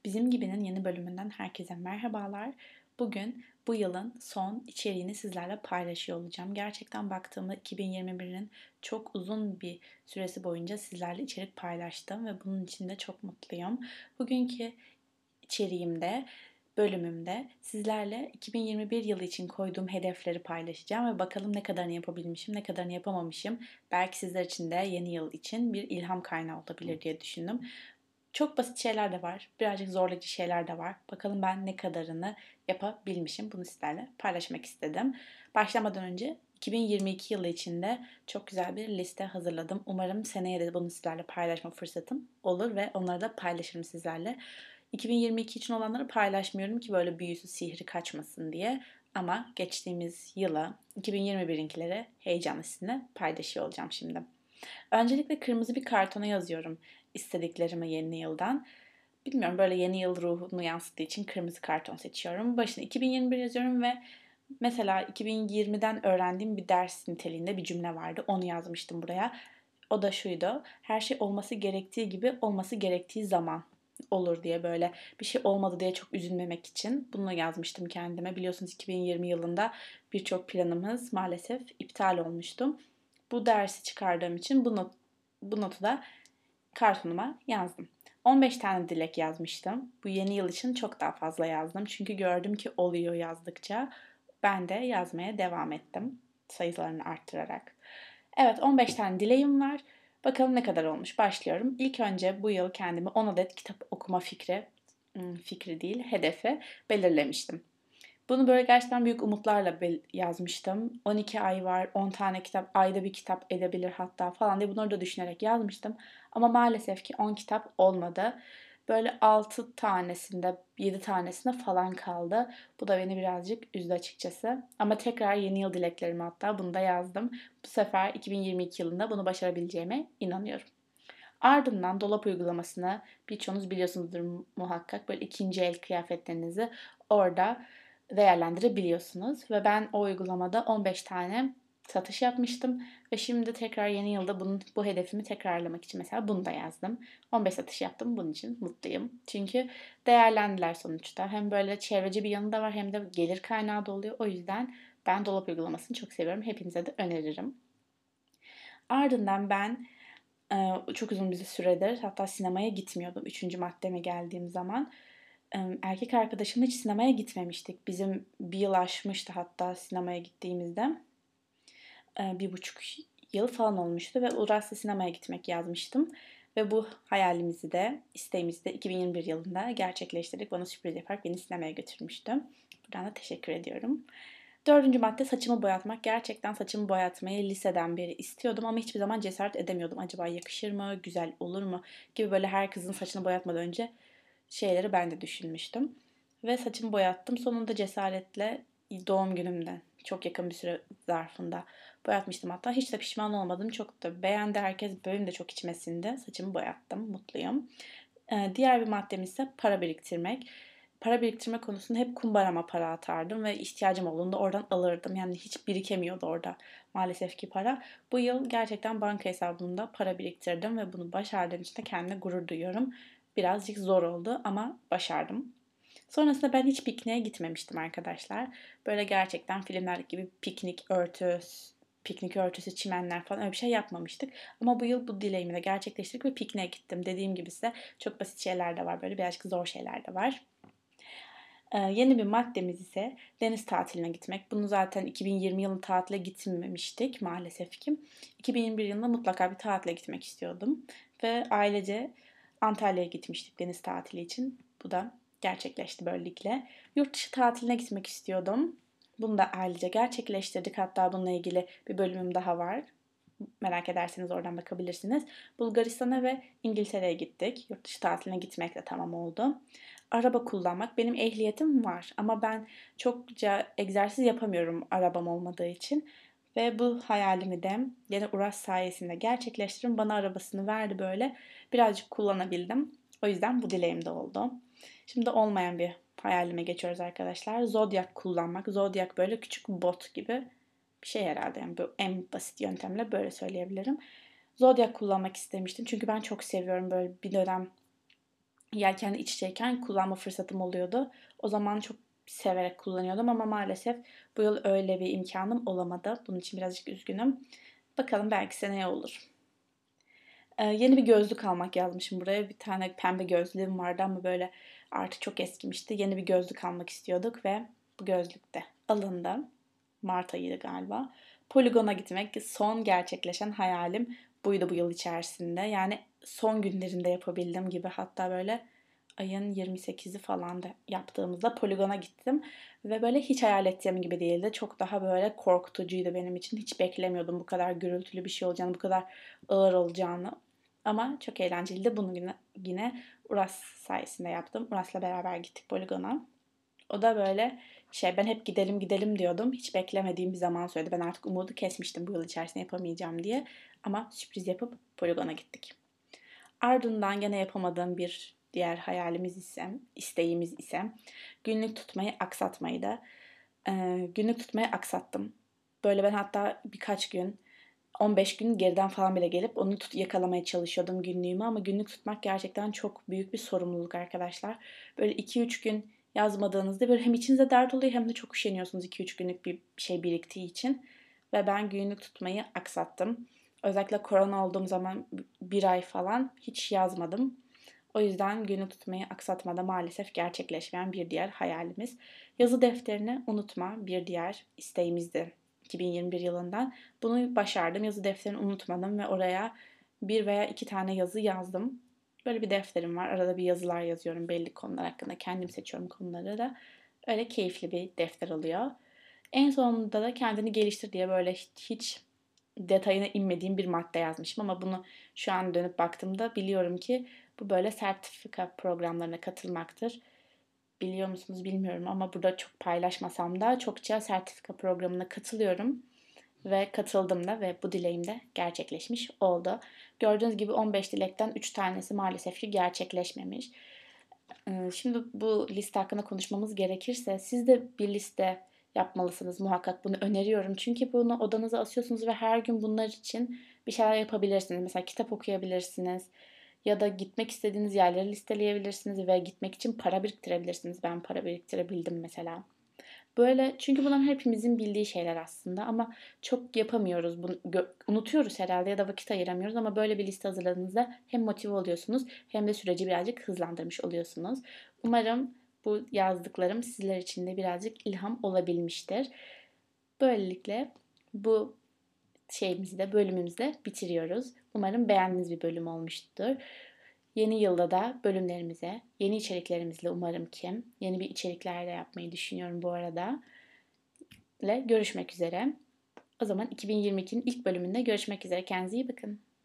Bizim Gibi'nin yeni bölümünden herkese merhabalar. Bugün bu yılın son içeriğini sizlerle paylaşıyor olacağım. Gerçekten baktığımda 2021'in çok uzun bir süresi boyunca sizlerle içerik paylaştım ve bunun için de çok mutluyum. Bugünkü içeriğimde, bölümümde sizlerle 2021 yılı için koyduğum hedefleri paylaşacağım ve bakalım ne kadarını yapabilmişim, ne kadarını yapamamışım. Belki sizler için de yeni yıl için bir ilham kaynağı olabilir diye düşündüm. Çok basit şeyler de var. Birazcık zorlayıcı şeyler de var. Bakalım ben ne kadarını yapabilmişim. Bunu sizlerle paylaşmak istedim. Başlamadan önce 2022 yılı içinde çok güzel bir liste hazırladım. Umarım seneye de bunu sizlerle paylaşma fırsatım olur ve onları da paylaşırım sizlerle. 2022 için olanları paylaşmıyorum ki böyle büyüsü sihri kaçmasın diye. Ama geçtiğimiz yıla 2021'inkileri heyecanla sizinle paylaşıyor olacağım şimdi. Öncelikle kırmızı bir kartona yazıyorum istediklerimi yeni yıldan. Bilmiyorum, böyle yeni yıl ruhunu yansıttığı için kırmızı karton seçiyorum. Başına 2021 yazıyorum ve mesela 2020'den öğrendiğim bir ders niteliğinde bir cümle vardı. Onu yazmıştım buraya. O da şuydu: her şey olması gerektiği gibi olması gerektiği zaman olur diye, böyle bir şey olmadı diye çok üzülmemek için bunu yazmıştım kendime. Biliyorsunuz 2020 yılında birçok planımız maalesef iptal olmuştu. Bu dersi çıkardığım için bu notu da kartonuma yazdım. 15 tane dilek yazmıştım. Bu yeni yıl için çok daha fazla yazdım. Çünkü gördüm ki oluyor yazdıkça. Ben de yazmaya devam ettim, sayılarını arttırarak. Evet, 15 tane dileğim var. Bakalım ne kadar olmuş. Başlıyorum. İlk önce bu yıl kendime 10 adet kitap okuma fikri değil, hedefi belirlemiştim. Bunu böyle gerçekten büyük umutlarla yazmıştım. 12 ay var, 10 tane kitap, ayda bir kitap edebilir hatta falan diye bunları da düşünerek yazmıştım. Ama maalesef ki 10 kitap olmadı. Böyle 6 tanesinde, 7 tanesinde falan kaldı. Bu da beni birazcık üzdü açıkçası. Ama tekrar yeni yıl dileklerimi, hatta bunu da yazdım. Bu sefer 2022 yılında bunu başarabileceğime inanıyorum. Ardından dolap uygulamasını birçoğunuz biliyorsunuzdur muhakkak. Böyle ikinci el kıyafetlerinizi orada değerlendirebiliyorsunuz. Ve ben o uygulamada 15 tane satış yapmıştım. Ve şimdi tekrar yeni yılda bu hedefimi tekrarlamak için mesela bunu da yazdım. 15 satış yaptım. Bunun için mutluyum. Çünkü değerlendiler sonuçta. Hem böyle çevreci bir yanı da var, hem de gelir kaynağı da oluyor. O yüzden ben dolap uygulamasını çok seviyorum. Hepinize de öneririm. Ardından ben çok uzun bir süredir hatta sinemaya gitmiyordum. Üçüncü maddeme geldiğim zaman. Erkek arkadaşımla hiç sinemaya gitmemiştik. Bizim bir yıl aşmıştı hatta sinemaya gittiğimizde. 1,5 yıl falan olmuştu ve Uras'ta sinemaya gitmek yazmıştım. Ve bu hayalimizi de, isteğimizi de 2021 yılında gerçekleştirdik. Bana sürpriz yaparak beni sinemaya götürmüştü. Buradan da teşekkür ediyorum. Dördüncü madde saçımı boyatmak. Gerçekten saçımı boyatmayı liseden beri istiyordum ama hiçbir zaman cesaret edemiyordum. Acaba yakışır mı, güzel olur mu gibi, böyle her kızın saçını boyatmadan önce şeyleri ben de düşünmüştüm. Ve saçımı boyattım. Sonunda cesaretle doğum günümde çok yakın bir süre zarfında boyatmıştım hatta. Hiç de pişman olmadım. Çok da beğendi herkes. Benim de çok içime sindi. Saçımı boyattım. Mutluyum. Diğer bir maddem ise para biriktirmek. Para biriktirme konusunda hep kumbarama para atardım ve ihtiyacım olduğunda oradan alırdım. Yani hiç birikemiyordu orada maalesef ki para. Bu yıl gerçekten banka hesabımda para biriktirdim ve bunu başardığım için de kendime gurur duyuyorum. Birazcık zor oldu ama başardım. Sonrasında ben hiç pikniğe gitmemiştim arkadaşlar. Böyle gerçekten filmlerdeki gibi piknik örtüsü, çimenler falan öyle bir şey yapmamıştık. Ama bu yıl bu dileğimi de gerçekleştirdik ve pikniğe gittim. Dediğim gibi size çok basit şeyler de var, böyle birazcık zor şeyler de var. Yeni bir maddemiz ise deniz tatiline gitmek. Bunu zaten 2020 yılında tatile gitmemiştik maalesef ki. 2021 yılında mutlaka bir tatile gitmek istiyordum. Ve ailece Antalya'ya gitmiştik deniz tatili için. Bu da gerçekleşti böylelikle. Yurt dışı tatiline gitmek istiyordum. Bunu da ailece gerçekleştirdik. Hatta bununla ilgili bir bölümüm daha var. Merak ederseniz oradan bakabilirsiniz. Bulgaristan'a ve İngiltere'ye gittik. Yurt dışı tatiline gitmek de tamam oldu. Araba kullanmak. Benim ehliyetim var ama ben çokça egzersiz yapamıyorum arabam olmadığı için. Ve bu hayalimi de yine Uras sayesinde gerçekleştirdim. Bana arabasını verdi böyle. Birazcık kullanabildim. O yüzden bu dileğim de oldu. Şimdi olmayan bir hayalime geçiyoruz arkadaşlar. Zodiac kullanmak. Zodiac böyle küçük bot gibi bir şey herhalde. Yani bu en basit yöntemle böyle söyleyebilirim. Zodiac kullanmak istemiştim. Çünkü ben çok seviyorum, böyle bir dönem yelkenle iç içeyken kullanma fırsatım oluyordu. O zaman çok severek kullanıyordum ama maalesef bu yıl öyle bir imkanım olamadı. Bunun için birazcık üzgünüm. Bakalım belki seneye olur. Yeni bir gözlük almak yazmışım buraya. Bir tane pembe gözlüğüm vardı ama böyle artık çok eskimişti. Yeni bir gözlük almak istiyorduk ve bu gözlük de alındı. Mart ayıydı galiba. Poligon'a gitmek son gerçekleşen hayalim buydu bu yıl içerisinde. Yani son günlerinde yapabildim gibi, hatta böyle ayın 28'i falan da yaptığımızda Poligon'a gittim. Ve böyle hiç hayal ettiğim gibi değildi. Çok daha böyle korkutucuydu benim için. Hiç beklemiyordum bu kadar gürültülü bir şey olacağını, bu kadar ağır olacağını. Ama çok eğlenceliydi. Bunu yine Uras sayesinde yaptım. Uras'la beraber gittik Poligon'a. O da böyle ben hep gidelim gidelim diyordum. Hiç beklemediğim bir zaman söyledi. Ben artık umudu kesmiştim bu yıl içerisinde yapamayacağım diye. Ama sürpriz yapıp Poligon'a gittik. Ardından gene yapamadığım bir diğer isteğimiz ise günlük tutmayı aksatmaydı. Günlük tutmayı aksattım. Böyle ben hatta birkaç gün 15 gün geriden falan bile gelip onu yakalamaya çalışıyordum günlüğümü, ama günlük tutmak gerçekten çok büyük bir sorumluluk arkadaşlar. Böyle 2-3 gün yazmadığınızda böyle hem içinize dert oluyor hem de çok üşeniyorsunuz 2-3 günlük bir şey biriktiği için. Ve ben günlük tutmayı aksattım. Özellikle korona olduğum zaman bir ay falan hiç yazmadım. O yüzden günlük tutmayı aksatmada maalesef gerçekleşmeyen bir diğer hayalimiz. Yazı defterini unutma bir diğer isteğimizdi 2021 yılından. Bunu başardım. Yazı defterini unutmadım ve oraya bir veya iki tane yazı yazdım. Böyle bir defterim var. Arada bir yazılar yazıyorum belli konular hakkında. Kendim seçiyorum konuları da. Öyle keyifli bir defter oluyor. En sonunda da kendini geliştir diye böyle hiç detayına inmediğim bir madde yazmışım, ama bunu şu an dönüp baktığımda biliyorum ki bu böyle sertifika programlarına katılmaktır. Biliyor musunuz bilmiyorum ama burada çok paylaşmasam da çokça sertifika programına katılıyorum ve katıldım da ve bu dileğim de gerçekleşmiş oldu. Gördüğünüz gibi 15 dilekten 3 tanesi maalesef ki gerçekleşmemiş. Şimdi bu liste hakkında konuşmamız gerekirse siz de bir liste yapmalısınız muhakkak. Bunu öneriyorum. Çünkü bunu odanıza asıyorsunuz ve her gün bunlar için bir şeyler yapabilirsiniz. Mesela kitap okuyabilirsiniz ya da gitmek istediğiniz yerleri listeleyebilirsiniz ve gitmek için para biriktirebilirsiniz. Ben para biriktirebildim mesela. Böyle, çünkü bunlar hepimizin bildiği şeyler aslında ama çok yapamıyoruz. Bunu unutuyoruz herhalde ya da vakit ayıramıyoruz, ama böyle bir liste hazırladığınızda hem motive oluyorsunuz hem de süreci birazcık hızlandırmış oluyorsunuz. Umarım bu yazdıklarım sizler için de birazcık ilham olabilmiştir. Böylelikle bu bölümümüzü de bitiriyoruz. Umarım beğendiğiniz bir bölüm olmuştur. Yeni yılda da bölümlerimize, yeni içeriklerimizle umarım ki yeni bir içerikler de yapmayı düşünüyorum bu arada. Ile görüşmek üzere. O zaman 2022'nin ilk bölümünde görüşmek üzere. Kendinize iyi bakın.